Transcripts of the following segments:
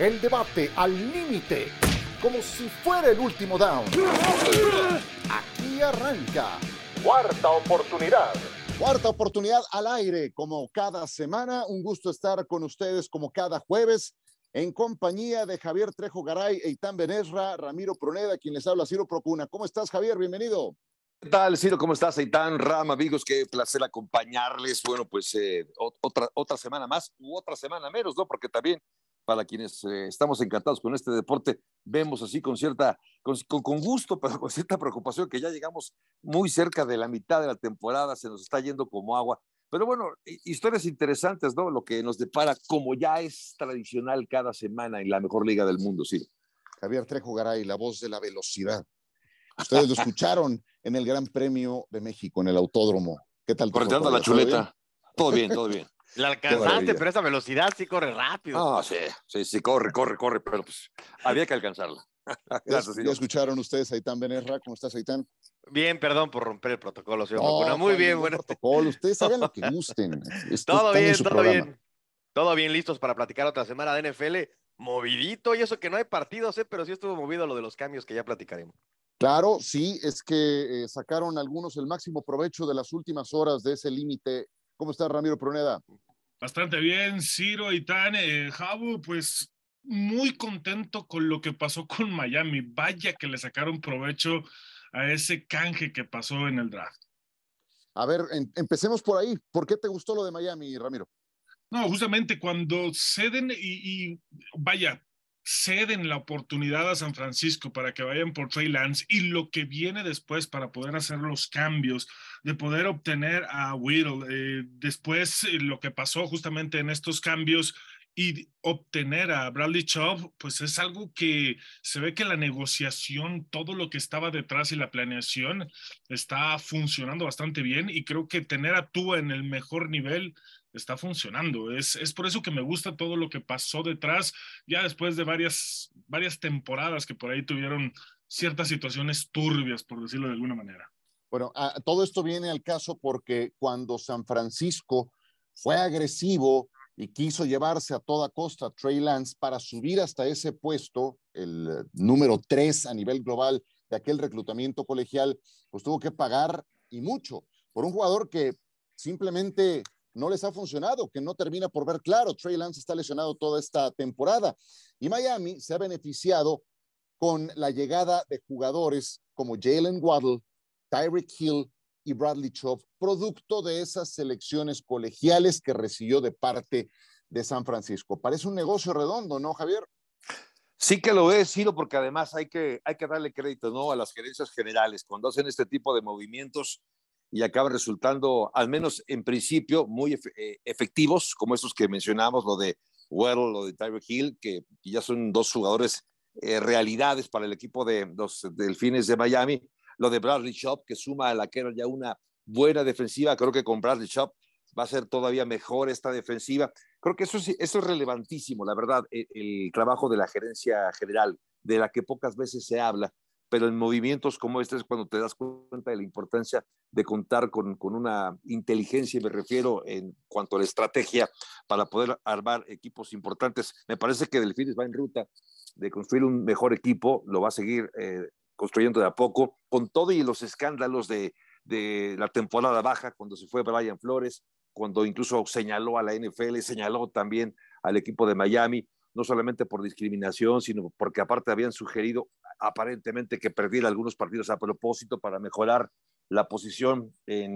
El debate al límite, como si fuera el último down. Aquí arranca Cuarta Oportunidad. Cuarta Oportunidad al aire, como cada semana. Un gusto estar con ustedes como cada jueves, en compañía de Javier Trejo Garay, Eitan Benesra, Ramiro Pruneda, quien les habla, Ciro Procuna. ¿Cómo estás, Javier? Bienvenido. ¿Qué tal, Ciro? ¿Cómo estás, Eitan, Ram, amigos? Qué placer acompañarles. Bueno, pues otra semana más u otra semana menos, ¿no? Porque también para quienes estamos encantados con este deporte, vemos así con gusto, pero con cierta preocupación que ya llegamos muy cerca de la mitad de la temporada, se nos está yendo como agua. Pero bueno, historias interesantes, ¿no? Lo que nos depara, como ya es tradicional cada semana en la mejor liga del mundo, Ciro. Javier Trejo Garay, la voz de la velocidad. Ustedes lo escucharon en el Gran Premio de México, en el Autódromo. ¿Qué tal? Correteando la chuleta. Todo bien, todo bien. La alcanzaste, pero esa velocidad sí corre rápido. Ah, sí, corre, pero pues había que alcanzarla. Gracias, ya escucharon ustedes a Eitan Benesra. ¿Cómo estás, Eitan? Bien, perdón por romper el protocolo, señor Procuna. Muy bien, bueno. Protocolo. Ustedes hagan lo que gusten. Todo bien, todo bien. Todo bien, listos para platicar otra semana de NFL. Movidito, y eso que no hay partidos, pero sí estuvo movido lo de los cambios que ya platicaremos. Claro, sí, es que sacaron algunos el máximo provecho de las últimas horas de ese límite. ¿Cómo está, Ramiro Pruneda? Bastante bien, Ciro, Eitan, Jabu, pues muy contento con lo que pasó con Miami. Vaya que le sacaron provecho a ese canje que pasó en el draft. A ver, empecemos por ahí. ¿Por qué te gustó lo de Miami, Ramiro? No, justamente cuando ceden ceden la oportunidad a San Francisco para que vayan por Trey Lance y lo que viene después para poder hacer los cambios, de poder obtener a Whittle, después lo que pasó justamente en estos cambios y obtener a Bradley Chubb, pues es algo que se ve que la negociación, todo lo que estaba detrás y la planeación está funcionando bastante bien y creo que tener a Tua en el mejor nivel está funcionando. Es por eso que me gusta todo lo que pasó detrás, ya después de varias temporadas que por ahí tuvieron ciertas situaciones turbias, por decirlo de alguna manera. Bueno, todo esto viene al caso porque cuando San Francisco fue agresivo y quiso llevarse a toda costa a Trey Lance para subir hasta ese puesto, el número 3 a nivel global de aquel reclutamiento colegial, pues tuvo que pagar y mucho por un jugador que simplemente no les ha funcionado, que no termina por ver claro. Trey Lance está lesionado toda esta temporada y Miami se ha beneficiado con la llegada de jugadores como Jalen Waddle, Tyreek Hill y Bradley Chubb, producto de esas selecciones colegiales que recibió de parte de San Francisco. Parece un negocio redondo, ¿no, Javier? Sí que lo es, Ciro, porque además hay que darle crédito, ¿no?, a las gerencias generales cuando hacen este tipo de movimientos y acaban resultando, al menos en principio, muy efectivos, como esos que mencionamos, lo de Waddle, lo de Tyreek Hill, que ya son dos jugadores realidades para el equipo de los Delfines de Miami. Lo de Bradley Chubb, que suma a la que era ya una buena defensiva. Creo que con Bradley Chubb va a ser todavía mejor esta defensiva. Creo que eso es relevantísimo, la verdad, el trabajo de la gerencia general, de la que pocas veces se habla, pero en movimientos como este es cuando te das cuenta de la importancia de contar con una inteligencia, me refiero en cuanto a la estrategia, para poder armar equipos importantes. Me parece que Delfines va en ruta de construir un mejor equipo, lo va a seguir construyendo de a poco, con todo y los escándalos de la temporada baja, cuando se fue Brian Flores, cuando incluso señaló a la NFL, señaló también al equipo de Miami, no solamente por discriminación, sino porque aparte habían sugerido aparentemente que perdiera algunos partidos a propósito para mejorar la posición en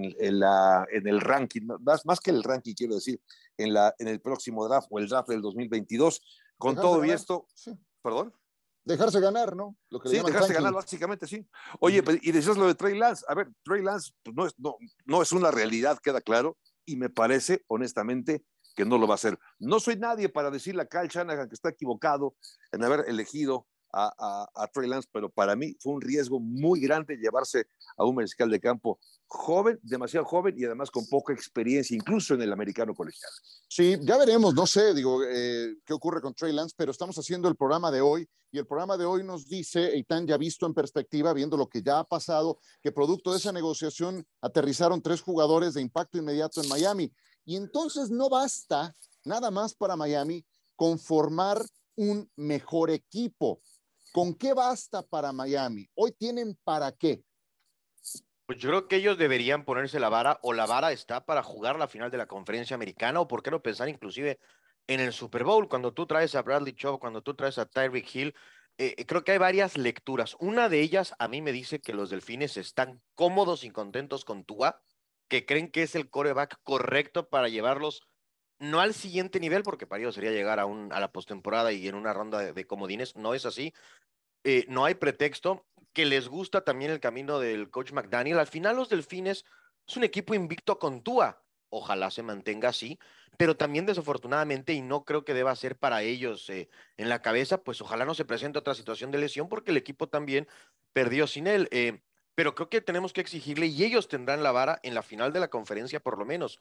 el ranking, más que el ranking, quiero decir, en el próximo draft o el draft del 2022. Con Dejarse todo ganar. y esto, Sí. ¿Perdón? Dejarse ganar, ¿no? Lo que Sí, dejarse ganar, básicamente, sí. Oye, y decías lo de Trey Lance. A ver, Trey Lance pues no es una realidad, queda claro, y me parece, honestamente, que no lo va a hacer. No soy nadie para decirle a Kyle Shanahan que está equivocado en haber elegido a Trey Lance, pero para mí fue un riesgo muy grande llevarse a un mariscal de campo joven, demasiado joven y además con poca experiencia, incluso en el americano colegial. Sí, ya veremos, no sé, qué ocurre con Trey Lance, pero estamos haciendo el programa de hoy y el programa de hoy nos dice, Eitan, ya visto en perspectiva, viendo lo que ya ha pasado, que producto de esa negociación aterrizaron 3 jugadores de impacto inmediato en Miami. Y entonces no basta nada más para Miami conformar un mejor equipo. ¿Con qué basta para Miami? Hoy tienen para qué. Pues yo creo que ellos deberían ponerse la vara, o la vara está para jugar la final de la conferencia americana, o por qué no pensar inclusive en el Super Bowl, cuando tú traes a Bradley Chubb, cuando tú traes a Tyreek Hill. Creo que hay varias lecturas. Una de ellas a mí me dice que los Delfines están cómodos y contentos con Tua, que creen que es el quarterback correcto para llevarlos no al siguiente nivel, porque para ellos sería llegar a la postemporada y en una ronda de comodines. No es así. No hay pretexto, que les gusta también el camino del coach McDaniel. Al final los Delfines es un equipo invicto con Tua, ojalá se mantenga así, pero también desafortunadamente, y no creo que deba ser para ellos en la cabeza, pues ojalá no se presente otra situación de lesión porque el equipo también perdió sin él. Pero creo que tenemos que exigirle y ellos tendrán la vara en la final de la conferencia por lo menos.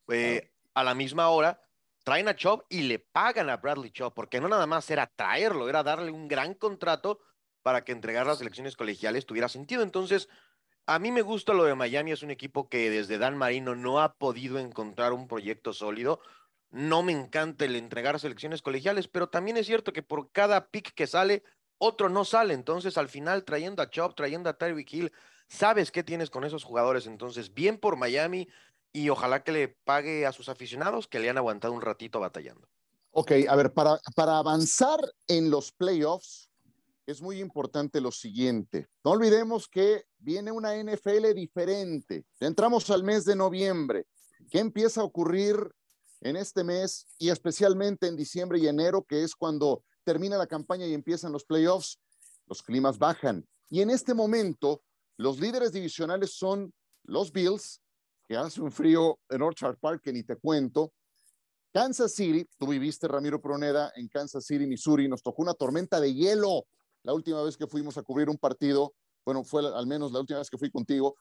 A la misma hora traen a Chubb y le pagan a Bradley Chubb, porque no nada más era traerlo, era darle un gran contrato para que entregar las elecciones colegiales tuviera sentido. Entonces, a mí me gusta lo de Miami, es un equipo que desde Dan Marino no ha podido encontrar un proyecto sólido. No me encanta el entregar selecciones colegiales, pero también es cierto que por cada pick que sale, otro no sale. Entonces, al final, trayendo a Chubb, trayendo a Tyreek Hill, sabes qué tienes con esos jugadores. Entonces, bien por Miami y ojalá que le pague a sus aficionados que le han aguantado un ratito batallando. Ok, a ver, para avanzar en los playoffs, es muy importante lo siguiente. No olvidemos que viene una NFL diferente. Entramos al mes de noviembre. ¿Qué empieza a ocurrir en este mes y especialmente en diciembre y enero, que es cuando termina la campaña y empiezan los playoffs? Los climas bajan. Y en este momento, los líderes divisionales son los Bills, que hace un frío en Orchard Park que ni te cuento. Kansas City, tú viviste, Ramiro Proneda, en Kansas City, Missouri, nos tocó una tormenta de hielo la última vez que fuimos a cubrir un partido, bueno, fue al menos la última vez que fui contigo.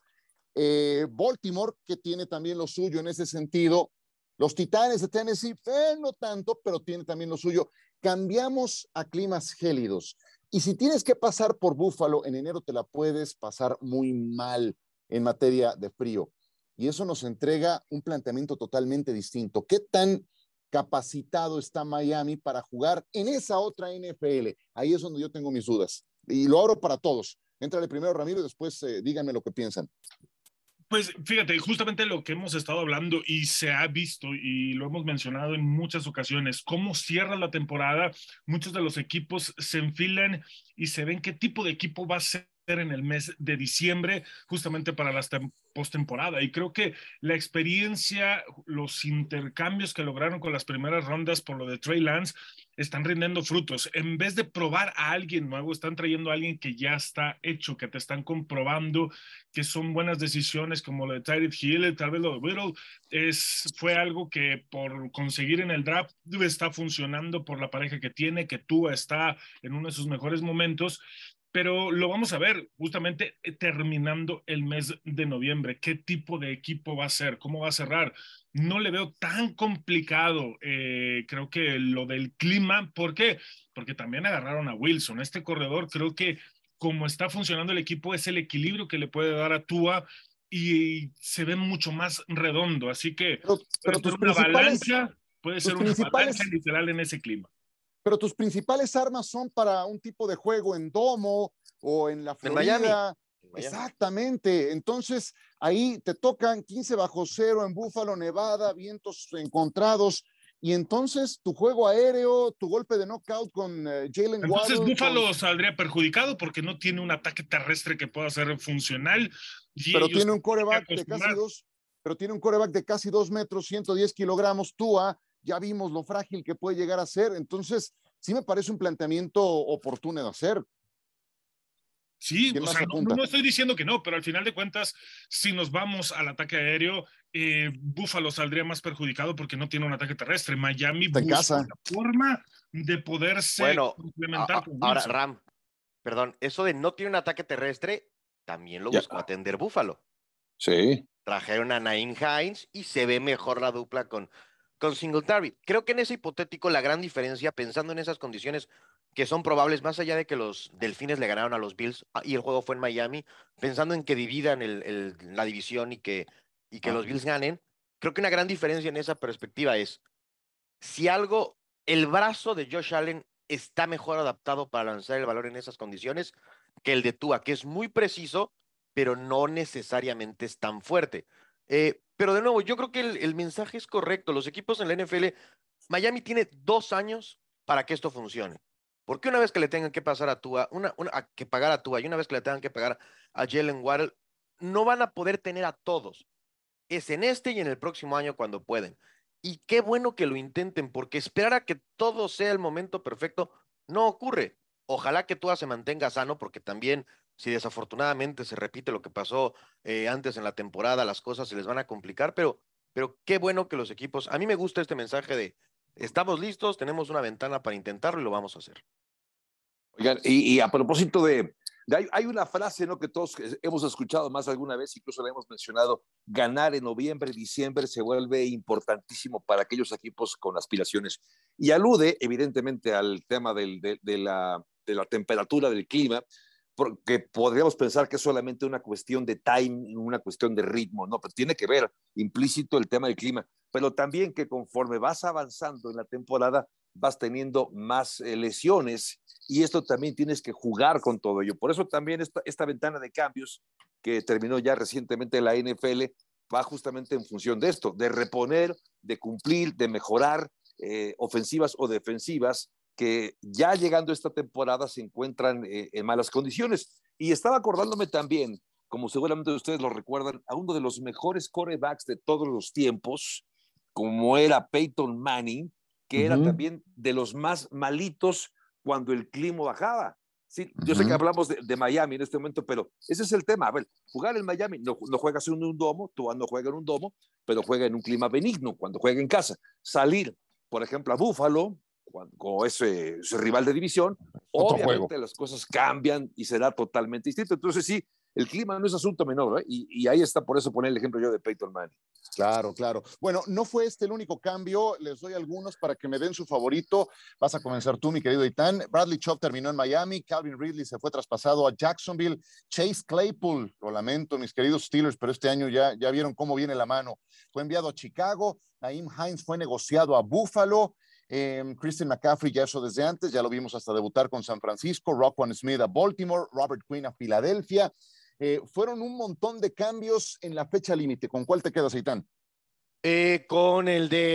Baltimore, que tiene también lo suyo en ese sentido. Los Titanes de Tennessee, no tanto, pero tiene también lo suyo. Cambiamos a climas gélidos. Y si tienes que pasar por Buffalo en enero, te la puedes pasar muy mal en materia de frío. Y eso nos entrega un planteamiento totalmente distinto. ¿Qué tan capacitado está Miami para jugar en esa otra NFL? Ahí es donde yo tengo mis dudas. Y lo abro para todos. Éntrale primero, Ramiro, y después díganme lo que piensan. Pues fíjate, justamente lo que hemos estado hablando y se ha visto y lo hemos mencionado en muchas ocasiones, cómo cierra la temporada, muchos de los equipos se enfilan y se ven qué tipo de equipo va a ser en el mes de diciembre, justamente para la postemporada. Y creo que la experiencia, los intercambios que lograron con las primeras rondas por lo de Trey Lance, están rindiendo frutos. En vez de probar a alguien nuevo, están trayendo a alguien que ya está hecho, que te están comprobando que son buenas decisiones, como lo de Tyreek Hill, tal vez lo de Whittle, fue algo que por conseguir en el draft está funcionando por la pareja que tiene, que Tua está en uno de sus mejores momentos, pero lo vamos a ver justamente terminando el mes de noviembre. ¿Qué tipo de equipo va a ser? ¿Cómo va a cerrar? No le veo tan complicado. Creo que lo del clima, ¿por qué? Porque también agarraron a Wilson. Este corredor creo que como está funcionando el equipo es el equilibrio que le puede dar a Tua y se ve mucho más redondo. Así que pero puede ser una avalancha literal en ese clima. Pero tus principales armas son para un tipo de juego en domo o en la Florida. En Miami. Exactamente. Entonces, ahí te tocan 15 bajo cero en Buffalo, Nevada, vientos encontrados. Y entonces tu juego aéreo, tu golpe de knockout con Jalen Waddle. Entonces Buffalo saldría perjudicado porque no tiene un ataque terrestre que pueda ser funcional. Pero tiene un quarterback de casi 2 metros, 110 kilogramos. Tua, ya vimos lo frágil que puede llegar a ser. Entonces, sí me parece un planteamiento oportuno de hacer. Sí, o sea, no estoy diciendo que no, pero al final de cuentas, si nos vamos al ataque aéreo, Buffalo saldría más perjudicado porque no tiene un ataque terrestre. Miami busca una forma de poderse complementar con ahora, Ram, perdón, eso de no tiene un ataque terrestre, también lo buscó atender Buffalo. Sí. Trajeron a Nyheim Hines y se ve mejor la dupla con Singletary. Creo que en ese hipotético la gran diferencia, pensando en esas condiciones que son probables, más allá de que los Delfines le ganaron a los Bills y el juego fue en Miami, pensando en que dividan la división y que los Bills ganen, creo que una gran diferencia en esa perspectiva es, si algo, el brazo de Josh Allen está mejor adaptado para lanzar el balón en esas condiciones que el de Tua, que es muy preciso, pero no necesariamente es tan fuerte. Pero de nuevo, yo creo que el mensaje es correcto. Los equipos en la NFL, Miami tiene 2 años para que esto funcione. Porque una vez que le tengan que pasar a Tua, que pagar a Tua y una vez que le tengan que pagar a Jalen Waddle, no van a poder tener a todos. Es en este y en el próximo año cuando pueden. Y qué bueno que lo intenten, porque esperar a que todo sea el momento perfecto no ocurre. Ojalá que Tua se mantenga sano, porque también, si desafortunadamente se repite lo que pasó antes en la temporada, las cosas se les van a complicar, pero qué bueno que los equipos, a mí me gusta este mensaje de, estamos listos, tenemos una ventana para intentarlo y lo vamos a hacer. Oigan, y a propósito hay una frase, ¿no?, que todos hemos escuchado más de alguna vez, incluso la hemos mencionado: ganar en noviembre, diciembre se vuelve importantísimo para aquellos equipos con aspiraciones. Y alude evidentemente al tema de la temperatura del clima, porque podríamos pensar que es solamente una cuestión de time, una cuestión de ritmo, ¿no? Pero tiene que ver implícito el tema del clima, pero también que conforme vas avanzando en la temporada, vas teniendo más lesiones, y esto también tienes que jugar con todo ello. Por eso también esta ventana de cambios que terminó ya recientemente la NFL va justamente en función de esto, de reponer, de cumplir, de mejorar ofensivas o defensivas que ya llegando esta temporada se encuentran en malas condiciones. Y estaba acordándome también, como seguramente ustedes lo recuerdan, a uno de los mejores quarterbacks de todos los tiempos, como era Peyton Manning, que era también de los más malitos cuando el clima bajaba. Sí, yo sé que hablamos de Miami en este momento, pero ese es el tema. A ver, jugar en Miami, no juegas en un domo, Tua no juega en un domo, pero juega en un clima benigno cuando juega en casa. Salir, por ejemplo, a Buffalo, con ese rival de división, Otro obviamente juego. las cosas cambian y será totalmente distinto. Entonces sí, el clima no es asunto menor, ¿eh? Y ahí está, por eso poner el ejemplo yo de Peyton Manning. Claro, claro. Bueno, no fue este el único cambio. Les doy algunos para que me den su favorito. Vas a comenzar tú, mi querido Itán. Bradley Chubb terminó en Miami. Calvin Ridley se fue traspasado a Jacksonville. Chase Claypool, lo lamento, mis queridos Steelers, pero este año ya vieron cómo viene la mano. Fue enviado a Chicago. Nyheim Hines fue negociado a Buffalo. Christian McCaffrey, ya eso desde antes, ya lo vimos hasta debutar con San Francisco. Roquan Smith a Baltimore. Robert Quinn a Filadelfia. Fueron un montón de cambios en la fecha límite. ¿Con cuál te quedas, Aitán? Con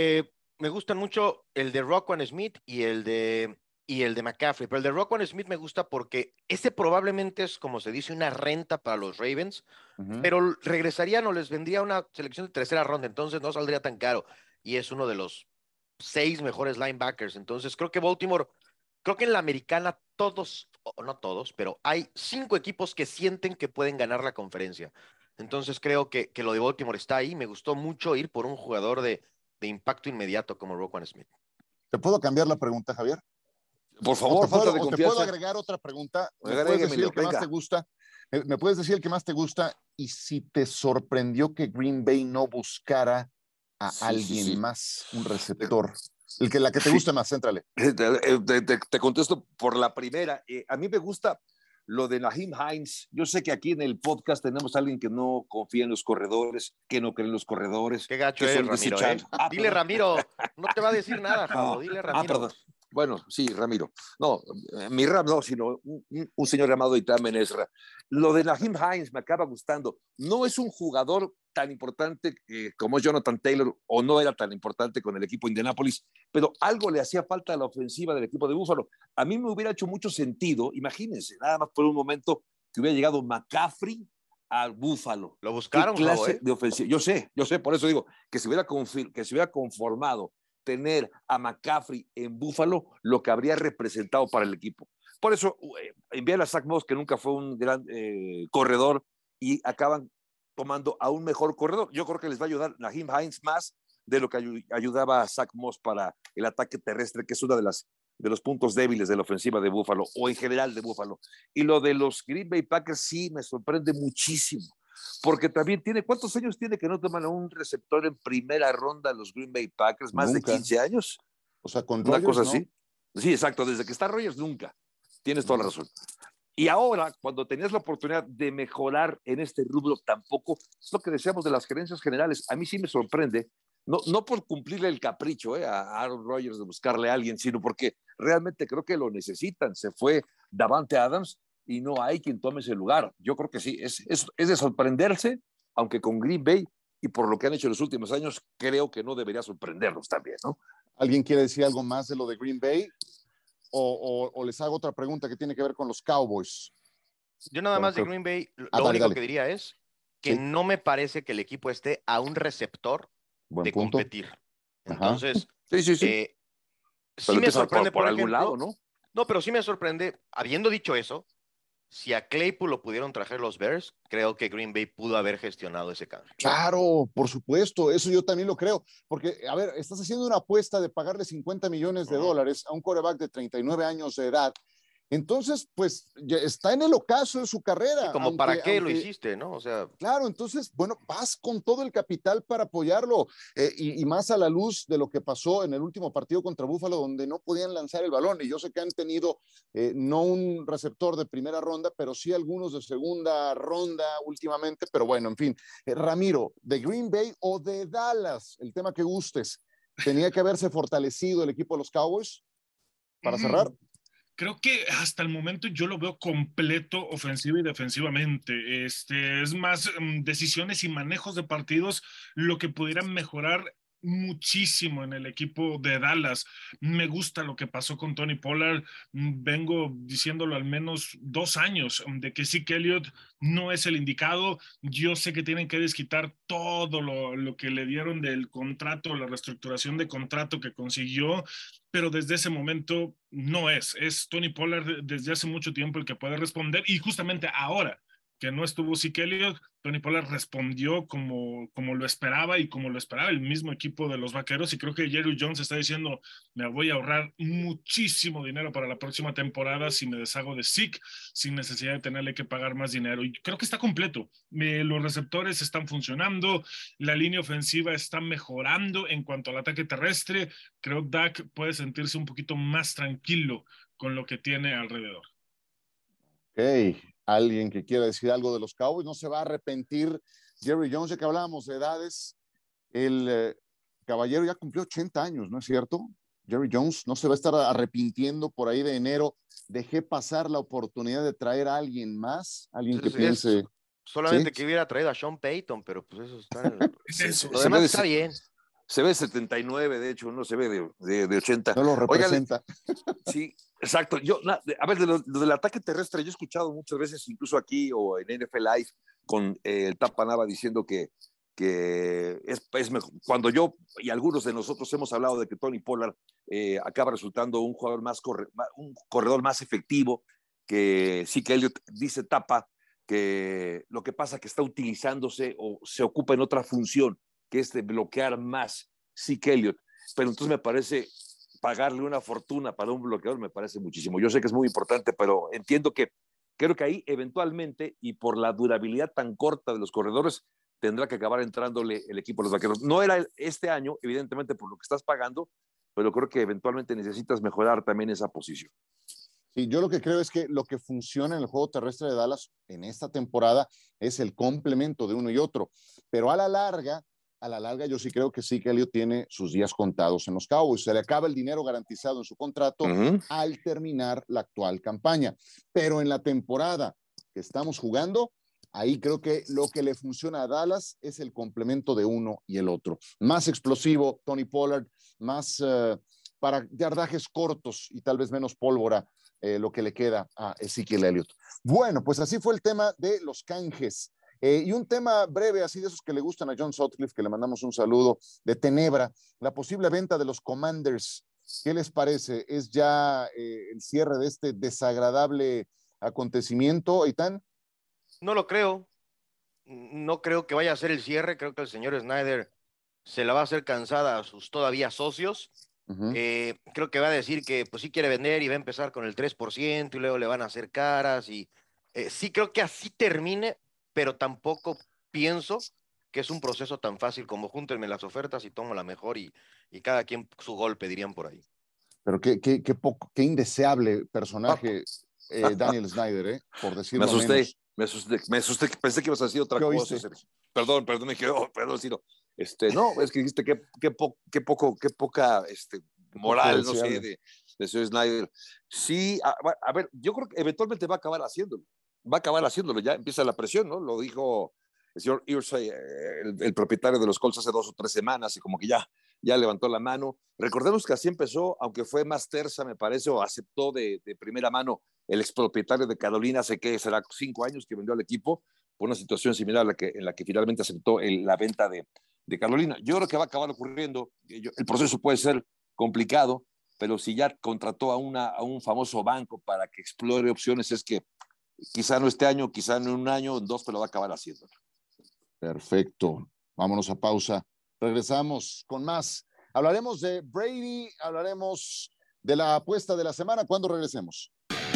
me gustan mucho el de Roquan Smith y el de McCaffrey, pero el de Roquan Smith me gusta porque ese probablemente es, como se dice, una renta para los Ravens, pero regresarían o les vendría una selección de tercera ronda, entonces no saldría tan caro, y es uno de los 6 mejores linebackers. Entonces creo que Baltimore, creo que en la americana todos, o no todos, pero hay 5 equipos que sienten que pueden ganar la conferencia. Entonces creo que lo de Baltimore está ahí. Me gustó mucho ir por un jugador de impacto inmediato como Roquan Smith. ¿Te puedo cambiar la pregunta, Javier? Por favor, falta de te puedo confianza. agregar otra pregunta. ¿Me puedes decir Agréguemelo, el que más venga. te gusta? ¿Me puedes decir el que más te gusta? Y si te sorprendió que Green Bay no buscara a alguien más, un receptor. La que te guste más, céntrale. Te contesto por la primera. A mí me gusta lo de Nyheim Hines. Yo sé que aquí en el podcast tenemos a alguien que no confía en los corredores, que no cree en los corredores, Qué gacho que eres, son Ramiro, desechables. Dile, Perdón. Ramiro, no te va a decir nada, Javo, No. dile, Ramiro. Perdón. Bueno, sí, Ramiro. No, mi Ram no, sino un señor llamado Itamen Ezra. Lo de Nyheim Hines me acaba gustando. No es un jugador tan importante como Jonathan Taylor, o no era tan importante con el equipo de Indianapolis, pero algo le hacía falta a la ofensiva del equipo de Buffalo. A mí me hubiera hecho mucho sentido, imagínense, nada más por un momento, que hubiera llegado McCaffrey a Buffalo. Lo ¿Qué buscaron, Javo, clase de ofensiva? Yo sé, por eso digo que se hubiera conformado tener a McCaffrey en Buffalo, lo que habría representado para el equipo. Por eso envían a Zach Moss, que nunca fue un gran corredor, y acaban tomando a un mejor corredor. Yo creo que les va a ayudar Nyheim Hines más de lo que ayudaba a Zach Moss para el ataque terrestre, que es uno de los puntos débiles de la ofensiva de Buffalo, o en general de Buffalo. Y lo de los Green Bay Packers sí me sorprende muchísimo, porque también ¿cuántos años tiene que no toman a un receptor en primera ronda los Green Bay Packers? ¿Más de 15 años? O sea, con Una Rodgers, cosa ¿no? así. Sí, exacto, desde que está Rodgers nunca. Tienes toda la razón. Y ahora, cuando tenías la oportunidad de mejorar en este rubro, tampoco es lo que deseamos de las gerencias generales. A mí sí me sorprende no por cumplirle el capricho a Aaron Rodgers de buscarle a alguien, sino porque realmente creo que lo necesitan. Se fue Davante Adams y no hay quien tome ese lugar. Yo creo que sí, es de sorprenderse, aunque con Green Bay y por lo que han hecho en los últimos años, creo que no debería sorprenderlos también, ¿no? ¿Alguien quiere decir algo más de lo de Green Bay? O les hago otra pregunta que tiene que ver con los Cowboys. Yo nada más de Green Bay, lo único que diría es que no me parece que el equipo esté a un receptor de competir. Entonces, sí me sorprende por algún lado, ¿no? No, pero sí me sorprende, habiendo dicho eso, si a Claypool lo pudieron traer los Bears, creo que Green Bay pudo haber gestionado ese cambio. Claro, por supuesto, eso yo también lo creo, porque, a ver, estás haciendo una apuesta de pagarle $50 millones a un quarterback de 39 años de edad. Entonces, pues, ya está en el ocaso de su carrera. Sí, como para qué lo hiciste, ¿no? O sea. Claro, entonces, bueno, vas con todo el capital para apoyarlo, y más a la luz de lo que pasó en el último partido contra Búfalo, donde no podían lanzar el balón. Y yo sé que han tenido no un receptor de primera ronda, pero sí algunos de segunda ronda últimamente. Pero bueno, en fin, Ramiro, ¿de Green Bay o de Dallas? El tema que gustes. ¿Tenía que haberse fortalecido el equipo de los Cowboys para cerrar? Creo que hasta el momento yo lo veo completo ofensiva y defensivamente. Es más decisiones y manejos de partidos lo que pudieran mejorar muchísimo en el equipo de Dallas. Me gusta lo que pasó con Tony Pollard. Vengo diciéndolo al menos 2 años de que Zeke Elliott no es el indicado. Yo sé que tienen que desquitar todo lo que le dieron del contrato, la reestructuración de contrato que consiguió, pero desde ese momento no es Tony Pollard desde hace mucho tiempo el que puede responder, y justamente ahora que no estuvo Zeke Elliott, Tony Pollard respondió como lo esperaba y como lo esperaba el mismo equipo de los Vaqueros. Y creo que Jerry Jones está diciendo, me voy a ahorrar muchísimo dinero para la próxima temporada si me deshago de Zeke, sin necesidad de tenerle que pagar más dinero. Y creo que está completo. Los receptores están funcionando, la línea ofensiva está mejorando en cuanto al ataque terrestre. Creo que Dak puede sentirse un poquito más tranquilo con lo que tiene alrededor. Ok, alguien que quiera decir algo de los Cowboys, no se va a arrepentir Jerry Jones. Ya que hablábamos de edades, el caballero ya cumplió 80 años, ¿no es cierto? Jerry Jones no se va a estar arrepintiendo por ahí de enero. Dejé pasar la oportunidad de traer a alguien más, alguien que piense. Solamente que hubiera traído a Sean Payton, pero pues eso está en el... Lo demás está bien. Se ve 79, de hecho, no se ve de 80. No lo representa. Oigan, sí, exacto. A ver, lo del ataque terrestre, yo he escuchado muchas veces, incluso aquí o en NFL Live, con el Tapa Nava diciendo que es mejor. Cuando yo y algunos de nosotros hemos hablado de que Tony Pollard acaba resultando un jugador un corredor más efectivo, que sí que Elliott dice Tapa que lo que pasa es que está utilizándose o se ocupa en otra función, que es de bloquear más Zeke Elliott. Pero entonces me parece pagarle una fortuna para un bloqueador, me parece muchísimo. Yo sé que es muy importante, pero entiendo que creo que ahí eventualmente, y por la durabilidad tan corta de los corredores, tendrá que acabar entrándole el equipo de los Vaqueros. No era este año, evidentemente, por lo que estás pagando, pero creo que eventualmente necesitas mejorar también esa posición. Sí, yo lo que creo es que lo que funciona en el juego terrestre de Dallas en esta temporada es el complemento de uno y otro, pero a la larga yo sí creo que sí que Elliott tiene sus días contados en los Cowboys. Se le acaba el dinero garantizado en su contrato al terminar la actual campaña, pero en la temporada que estamos jugando, ahí creo que lo que le funciona a Dallas es el complemento de uno y el otro. Más explosivo, Tony Pollard, más para yardajes cortos y tal vez menos pólvora, lo que le queda a Ezekiel Elliott. Bueno, pues así fue el tema de los canjes. Y un tema breve, así de esos que le gustan a John Sutcliffe, que le mandamos un saludo, de Tenebra, la posible venta de los Commanders. ¿Qué les parece? ¿Es ya el cierre de este desagradable acontecimiento, Eitan? No lo creo. No creo que vaya a ser el cierre. Creo que el señor Snyder se la va a hacer cansada a sus todavía socios. Creo que va a decir que pues sí quiere vender y va a empezar con el 3% y luego le van a hacer caras. Y sí creo que así termine, pero tampoco pienso que es un proceso tan fácil como júntenme las ofertas y tomo la mejor y cada quien su golpe, dirían por ahí. Pero qué indeseable personaje Daniel Snyder, por decirlo menos. Me asusté, pensé que ibas a decir otra cosa. Perdón, me quedó, Ciro. No, es que dijiste qué poca moral, no sé, de Sir Snyder. Sí, a ver, yo creo que eventualmente va a acabar haciéndolo, ya empieza la presión, ¿no? Lo dijo el señor Irsay, el propietario de los Colts hace 2 o 3 semanas, y como que ya levantó la mano. Recordemos que así empezó, aunque fue más tersa, me parece, o aceptó de primera mano el expropietario de Carolina, hace que será 5 años que vendió al equipo, por una situación similar a en la que finalmente aceptó la venta de Carolina. Yo creo que va a acabar ocurriendo. El proceso puede ser complicado, pero si ya contrató a un famoso banco para que explore opciones, es que quizá no este año, quizá en 1 año, en 2, pero va a acabar haciendo. Perfecto. Vámonos a pausa. Regresamos con más. Hablaremos de Brady, hablaremos de la apuesta de la semana cuando regresemos.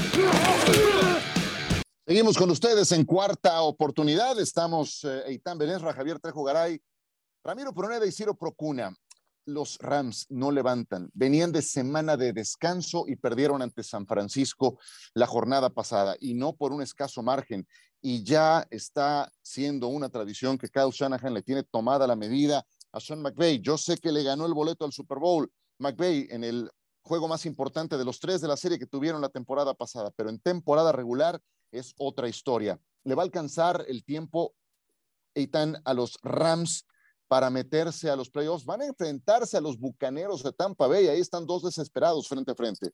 Seguimos con ustedes en Cuarta Oportunidad. Estamos Eitan Benesra, Javier Trejo Garay, Ramiro Pruneda y Ciro Procuna. Los Rams no levantan. Venían de semana de descanso y perdieron ante San Francisco la jornada pasada, y no por un escaso margen. Y ya está siendo una tradición que Kyle Shanahan le tiene tomada la medida a Sean McVay. Yo sé que le ganó el boleto al Super Bowl McVay en el juego más importante de los 3 de la serie que tuvieron la temporada pasada, pero en temporada regular es otra historia. ¿Le va a alcanzar el tiempo, Eitan, a los Rams para meterse a los playoffs? Van a enfrentarse a los Bucaneros de Tampa Bay. Ahí están 2 desesperados frente a frente.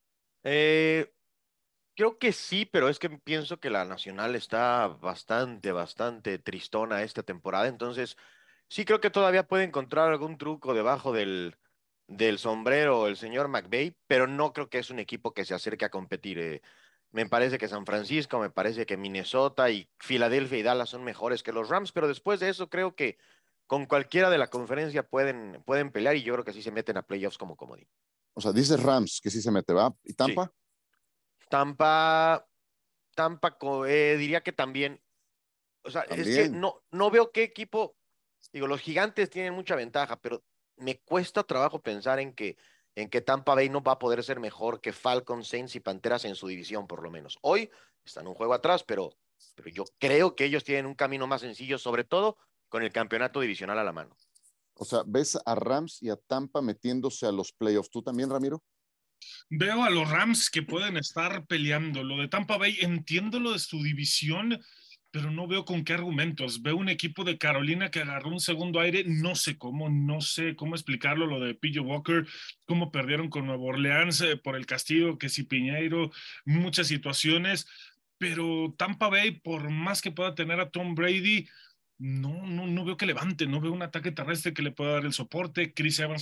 Creo que sí, pero es que pienso que la Nacional está bastante tristona esta temporada. Entonces, sí creo que todavía puede encontrar algún truco debajo del sombrero el señor McVay, pero no creo que es un equipo que se acerque a competir. Me parece que San Francisco, me parece que Minnesota y Filadelfia y Dallas son mejores que los Rams, pero después de eso creo que con cualquiera de la conferencia pueden pelear, y yo creo que sí se meten a playoffs como comodín. O sea, dices Rams que sí se mete, ¿va? ¿Y Tampa? Sí. Tampa, diría que también. O sea, es que También. no veo qué equipo. Digo, los Gigantes tienen mucha ventaja, pero me cuesta trabajo pensar en que Tampa Bay no va a poder ser mejor que Falcons, Saints y Panteras en su división, por lo menos. Hoy están un juego atrás, pero yo creo que ellos tienen un camino más sencillo, sobre todo con el campeonato divisional a la mano. O sea, ¿ves a Rams y a Tampa metiéndose a los playoffs? ¿Tú también, Ramiro? Veo a los Rams que pueden estar peleando. Lo de Tampa Bay, entiendo lo de su división, pero no veo con qué argumentos. Veo un equipo de Carolina que agarró un segundo aire, no sé cómo explicarlo, lo de PJ Walker, cómo perdieron con Nueva Orleans por el castigo, que si Piñeiro, muchas situaciones, pero Tampa Bay, por más que pueda tener a Tom Brady, no veo que levante, no veo un ataque terrestre que le pueda dar el soporte.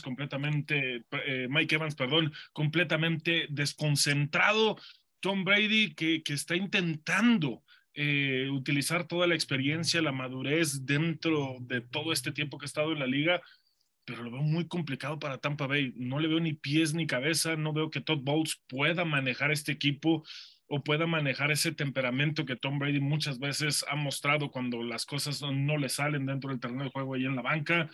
Mike Evans, perdón, completamente desconcentrado. Tom Brady que está intentando utilizar toda la experiencia, la madurez dentro de todo este tiempo que ha estado en la liga, pero lo veo muy complicado para Tampa Bay. No le veo ni pies ni cabeza, no veo que Todd Bowles pueda manejar este equipo o pueda manejar ese temperamento que Tom Brady muchas veces ha mostrado cuando las cosas no le salen dentro del terreno de juego y en la banca.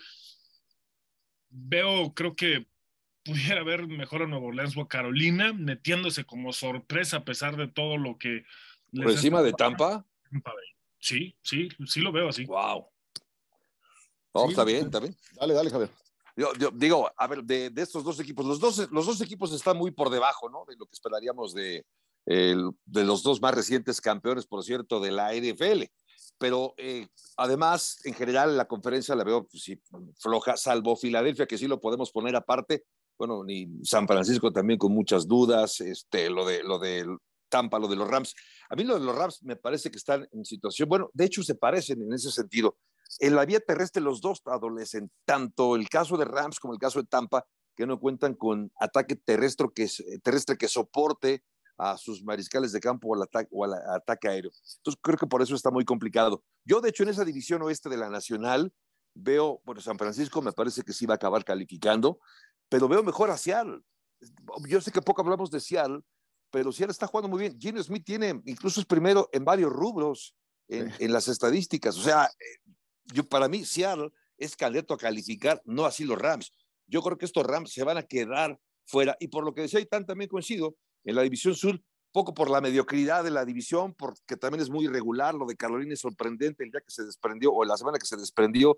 Creo que pudiera ver mejor a Nueva Orleans o a Carolina, metiéndose como sorpresa a pesar de todo lo que ¿Por les encima está de pasando. Tampa? Sí lo veo así. Wow. No, Sí, está bien, está bien. Dale, Javier. Yo digo, a ver, de estos 2 equipos, los dos equipos están muy por debajo, ¿no? De lo que esperaríamos de los 2 más recientes campeones, por cierto, de la NFL. Pero además, en general, la conferencia la veo pues, sí, floja, salvo Filadelfia, que sí lo podemos poner aparte. Bueno, ni San Francisco también con muchas dudas, lo de Tampa, lo de los Rams. A mí lo de los Rams me parece que están en situación, bueno, de hecho se parecen en ese sentido. En la vía terrestre los 2 adolecen, tanto el caso de Rams como el caso de Tampa, que no cuentan con ataque terrestre que soporte a sus mariscales de campo o al ataque aéreo. Entonces creo que por eso está muy complicado. Yo, de hecho, en esa división oeste de la Nacional, veo, bueno, San Francisco me parece que sí va a acabar calificando, pero veo mejor a Seattle. Yo sé que poco hablamos de Seattle, pero Seattle está jugando muy bien. Geno Smith incluso es primero en varios rubros en las estadísticas. O sea, para mí Seattle es candidato a calificar, no así los Rams. Yo creo que estos Rams se van a quedar fuera, y por lo que decía Eitan también coincido, en la división sur, poco por la mediocridad de la división, porque también es muy irregular. Lo de Carolina es sorprendente, el día que se desprendió, o la semana que se desprendió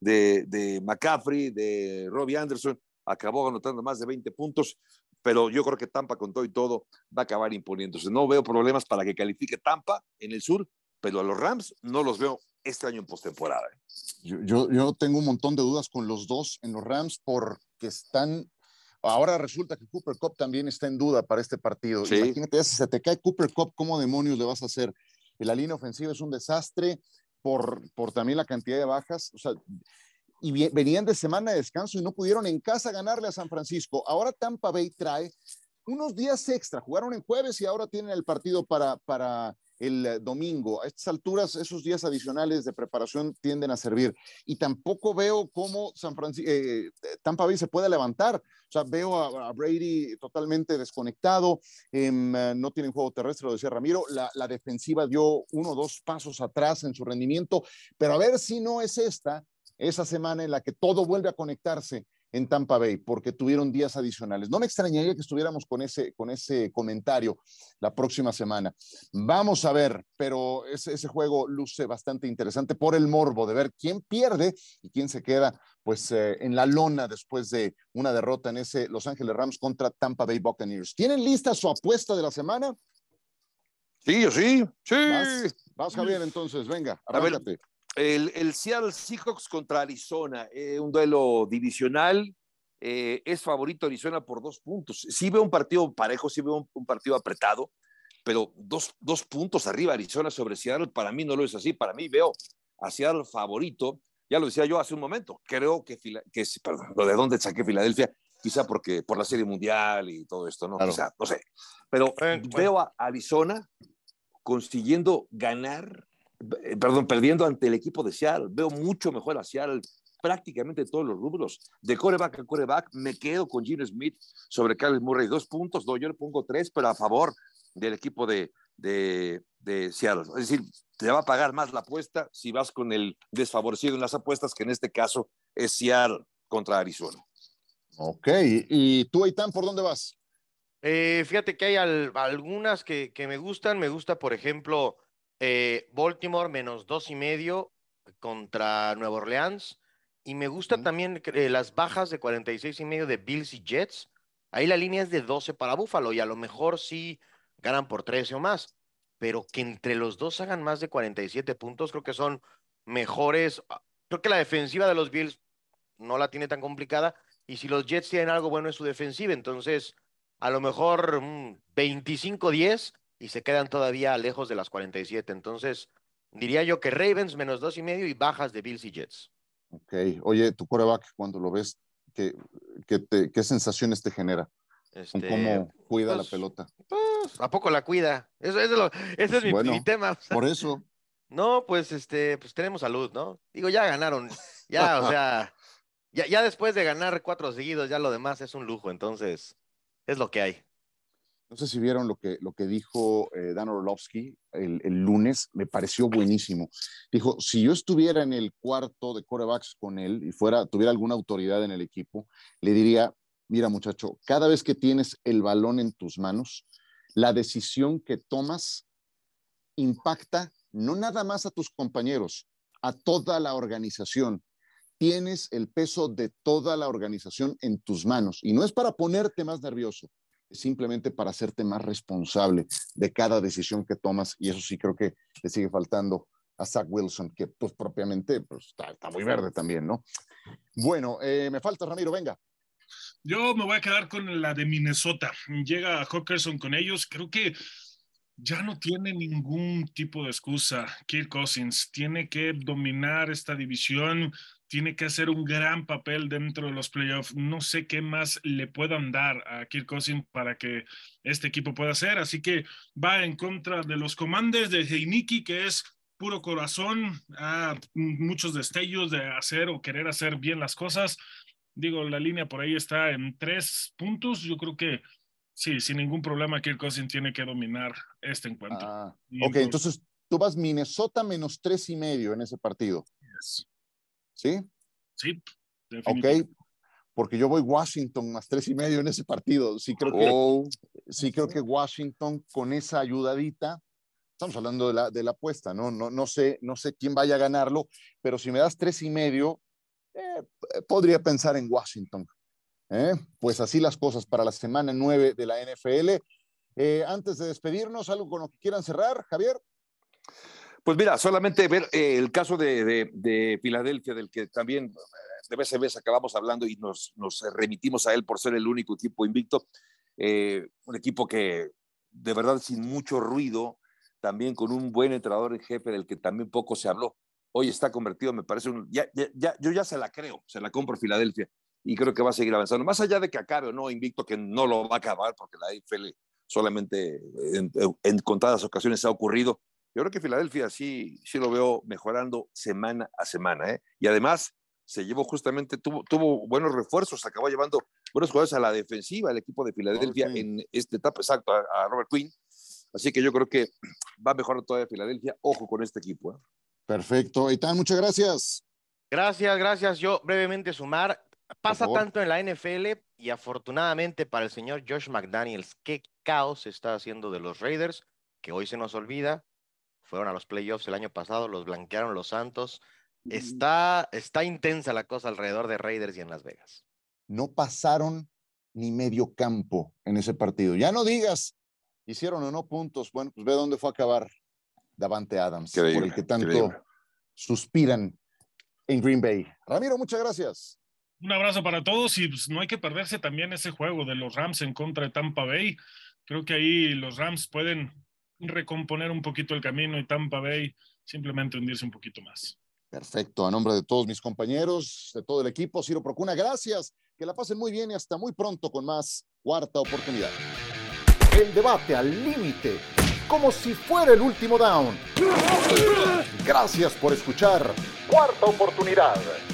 de McCaffrey, de Robbie Anderson, acabó anotando más de 20 puntos, pero yo creo que Tampa con todo y todo va a acabar imponiéndose. No veo problemas para que califique Tampa en el sur, pero a los Rams no los veo este año en postemporada. Yo tengo un montón de dudas con los dos en los Rams porque están... Ahora resulta que Cooper Kupp también está en duda para este partido. Sí. Imagínate, si se te cae Cooper Kupp, ¿cómo demonios le vas a hacer? La línea ofensiva es un desastre por también la cantidad de bajas. O sea, y venían de semana de descanso y no pudieron en casa ganarle a San Francisco. Ahora Tampa Bay trae unos días extra. Jugaron en jueves y ahora tienen el partido para el domingo. A estas alturas, esos días adicionales de preparación tienden a servir. Y tampoco veo cómo Tampa Bay se puede levantar. O sea, veo a Brady totalmente desconectado. No tienen juego terrestre, lo decía Ramiro. La defensiva dio 1 o 2 pasos atrás en su rendimiento. Pero a ver si no es esa semana en la que todo vuelve a conectarse en Tampa Bay, porque tuvieron días adicionales. No me extrañaría que estuviéramos con ese comentario la próxima semana. Vamos a ver, pero ese juego luce bastante interesante por el morbo de ver quién pierde y quién se queda pues en la lona después de una derrota en ese Los Ángeles Rams contra Tampa Bay Buccaneers. ¿Tienen lista su apuesta de la semana? Sí, yo sí. Vas Javier, entonces, venga, arráncate. El Seattle Seahawks contra Arizona, un duelo divisional, es favorito Arizona por 2 puntos. Sí veo un partido parejo, sí veo un partido apretado, pero 2 puntos arriba Arizona sobre Seattle, para mí no lo es así. Para mí veo a Seattle favorito, ya lo decía yo hace un momento, creo perdón, lo de dónde saqué Filadelfia, quizá porque por la Serie Mundial y todo esto, ¿no? Claro. Quizá, no sé, pero veo a Arizona consiguiendo perdiendo ante el equipo de Seattle. Veo mucho mejor a Seattle prácticamente todos los rubros. De quarterback a quarterback, me quedo con Gino Smith sobre Kyle Murray. 2 puntos, yo le pongo 3, pero a favor del equipo de Seattle. Es decir, te va a pagar más la apuesta si vas con el desfavorecido en las apuestas, que en este caso es Seattle contra Arizona. Ok, ¿y tú, Aitán, por dónde vas? Fíjate que hay algunas que me gustan. Me gusta, por ejemplo, Baltimore menos 2.5 contra Nueva Orleans. Y me gusta también las bajas de 46.5 de Bills y Jets. Ahí la línea es de 12 para Buffalo y a lo mejor sí ganan por 13 o más. Pero que entre los dos hagan más de 47 puntos, creo que son mejores. Creo que la defensiva de los Bills no la tiene tan complicada. Y si los Jets tienen algo bueno en su defensiva, entonces a lo mejor 25-10 y se quedan todavía lejos de las 47. Entonces, diría yo que Ravens menos 2.5 y bajas de Bills y Jets. Ok, oye, tu quarterback, cuando lo ves, ¿qué sensaciones te genera? Con cómo cuida la pelota. Pues, ¿a poco la cuida? Ese es mi tema. O sea, por eso. No, pues pues tenemos salud, ¿no? Digo, ya ganaron, ya, o sea, ya después de ganar 4 seguidos, ya lo demás es un lujo, entonces, es lo que hay. No sé si vieron lo que dijo Dan Orlovsky el lunes, me pareció buenísimo. Dijo, si yo estuviera en el cuarto de quarterbacks con él y tuviera alguna autoridad en el equipo, le diría, mira muchacho, cada vez que tienes el balón en tus manos, la decisión que tomas impacta no nada más a tus compañeros, a toda la organización. Tienes el peso de toda la organización en tus manos y no es para ponerte más nervioso, es simplemente para hacerte más responsable de cada decisión que tomas, y eso sí creo que le sigue faltando a Zach Wilson, que pues propiamente pues, está muy verde también, ¿no? Bueno, me falta Ramiro, venga. Yo me voy a quedar con la de Minnesota. Llega a Hawkinson con ellos. Creo que ya no tiene ningún tipo de excusa. Kirk Cousins tiene que dominar esta división, tiene que hacer un gran papel dentro de los playoffs. No sé qué más le puedan dar a Kirk Cousins para que este equipo pueda hacer. Así que va en contra de los Commanders de Heinicki, que es puro corazón, muchos destellos de hacer o querer hacer bien las cosas. Digo, la línea por ahí está en 3 puntos. Yo creo que sí, sin ningún problema, Kirk Cousins tiene que dominar este encuentro. Ok, entonces tú vas Minnesota menos 3.5 en ese partido. Yes. ¿Sí? Sí, definitivamente. Ok, porque yo voy Washington más 3.5 en ese partido. Sí creo que Washington con esa ayudadita, estamos hablando de la apuesta, ¿no? No sé quién vaya a ganarlo, pero si me das 3.5, podría pensar en Washington. Pues así las cosas para la semana 9 de la NFL. Antes de despedirnos, ¿algo con lo que quieran cerrar, Javier? Pues mira, solamente ver el caso de Filadelfia, del que también de vez en vez acabamos hablando y nos remitimos a él por ser el único equipo invicto. Un equipo que de verdad sin mucho ruido, también con un buen entrenador en jefe del que también poco se habló. Hoy está convertido, me parece, yo ya se la creo, se la compro Filadelfia y creo que va a seguir avanzando. Más allá de que acabe o no invicto, que no lo va a acabar porque la NFL solamente en contadas ocasiones ha ocurrido. Yo creo que Filadelfia sí lo veo mejorando semana a semana, y además se llevó justamente, tuvo buenos refuerzos, acabó llevando buenos jugadores a la defensiva, el equipo de Filadelfia en esta etapa, exacto, a Robert Quinn. Así que yo creo que va a mejorar todavía Filadelfia. Ojo con este equipo. Perfecto. Eitan, muchas gracias. Gracias. Yo brevemente sumar. Pasa tanto en la NFL y afortunadamente para el señor Josh McDaniels, qué caos se está haciendo de los Raiders, que hoy se nos olvida. Fueron a los playoffs el año pasado, los blanquearon los Santos. Está intensa la cosa alrededor de Raiders y en Las Vegas. No pasaron ni medio campo en ese partido. Ya no digas, hicieron o no puntos. Bueno, pues ve dónde fue a acabar Davante Adams, por el que tanto suspiran en Green Bay. Ramiro, muchas gracias. Un abrazo para todos y pues, no hay que perderse también ese juego de los Rams en contra de Tampa Bay. Creo que ahí los Rams pueden recomponer un poquito el camino y Tampa Bay simplemente hundirse un poquito más. Perfecto, a nombre de todos mis compañeros, de todo el equipo, Ciro Procuna, gracias, que la pasen muy bien y hasta muy pronto con más Cuarta Oportunidad. El debate al límite, como si fuera el último down. Gracias por escuchar Cuarta Oportunidad.